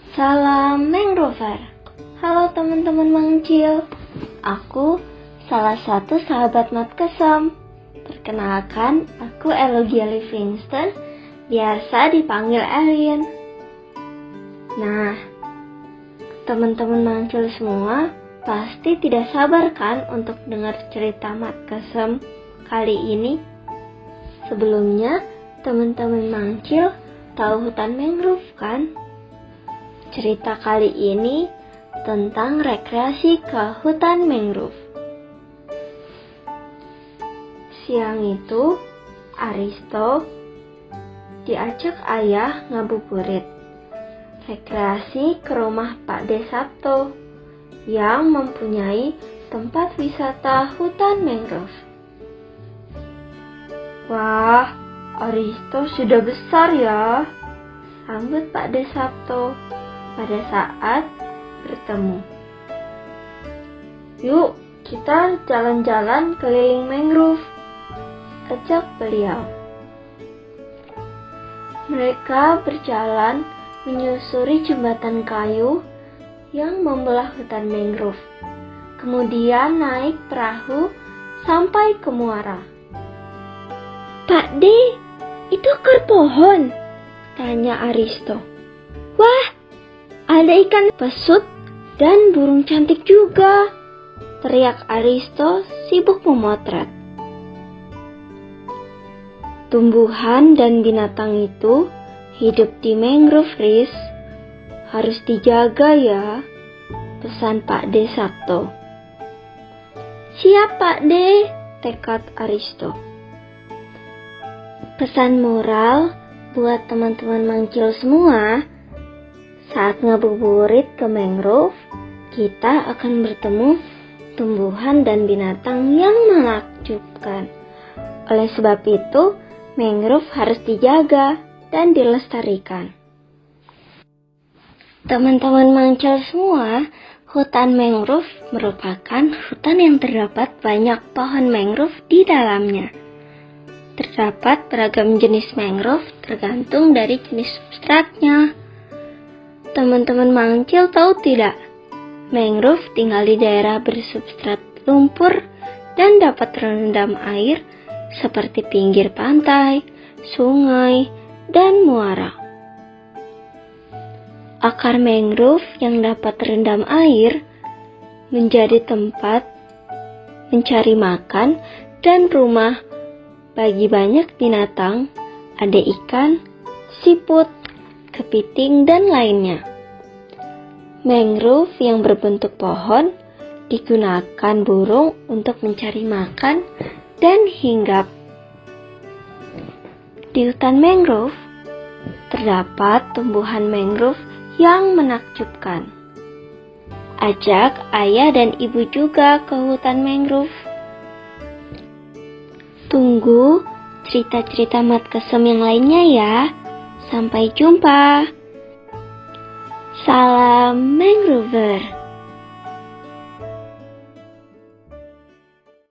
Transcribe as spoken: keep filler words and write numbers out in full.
Salam Mangrover. Halo teman-teman mangcil. Aku salah satu sahabat Mat Kesem. Perkenalkan, aku Elogia Livingston, biasa dipanggil Elin. Nah, teman-teman mangcil semua pasti tidak sabar kan untuk dengar cerita Mat Kesem kali ini? Sebelumnya, teman-teman mangcil tahu hutan mangrove kan? Cerita kali ini tentang rekreasi ke hutan mangrove. Siang itu, Aristo diajak ayah ngabuburit rekreasi ke rumah Pak De Sabto yang mempunyai tempat wisata hutan mangrove. Wah, Aristo sudah besar ya, sambut Pak De Sabto pada saat bertemu. Yuk, kita jalan-jalan keliling mangrove, ajak beliau. Mereka berjalan menyusuri jembatan kayu yang membelah hutan mangrove. Kemudian naik perahu sampai ke muara. Pak De, itu akar pohon, tanya Aristo. Wah, ada ikan pesut dan burung cantik juga, teriak Aristo sibuk memotret. Tumbuhan dan binatang itu hidup di mangrove Riz. Harus dijaga ya, pesan Pak De Sabto. Siap Pak De, tekad Aristo. Pesan moral buat teman-teman mangcil semua, saat ngabuburit ke mangrove, kita akan bertemu tumbuhan dan binatang yang menakjubkan. Oleh sebab itu, mangrove harus dijaga dan dilestarikan. Teman-teman mangcil semua, hutan mangrove merupakan hutan yang terdapat banyak pohon mangrove di dalamnya. Terdapat beragam jenis mangrove tergantung dari jenis substratnya. Teman-teman mangcil tahu tidak? Mangrove tinggal di daerah bersubstrat lumpur dan dapat terendam air seperti pinggir pantai, sungai, dan muara. Akar mangrove yang dapat terendam air menjadi tempat mencari makan dan rumah bagi banyak binatang, ada ikan, siput, kepiting, dan lainnya. Mangrove yang berbentuk pohon digunakan burung untuk mencari makan dan hinggap. Di hutan mangrove terdapat tumbuhan mangrove yang menakjubkan. Ajak ayah dan ibu juga ke hutan mangrove. Tunggu cerita-cerita Mat Kesem yang lainnya ya. Sampai jumpa. Salam Mangrover.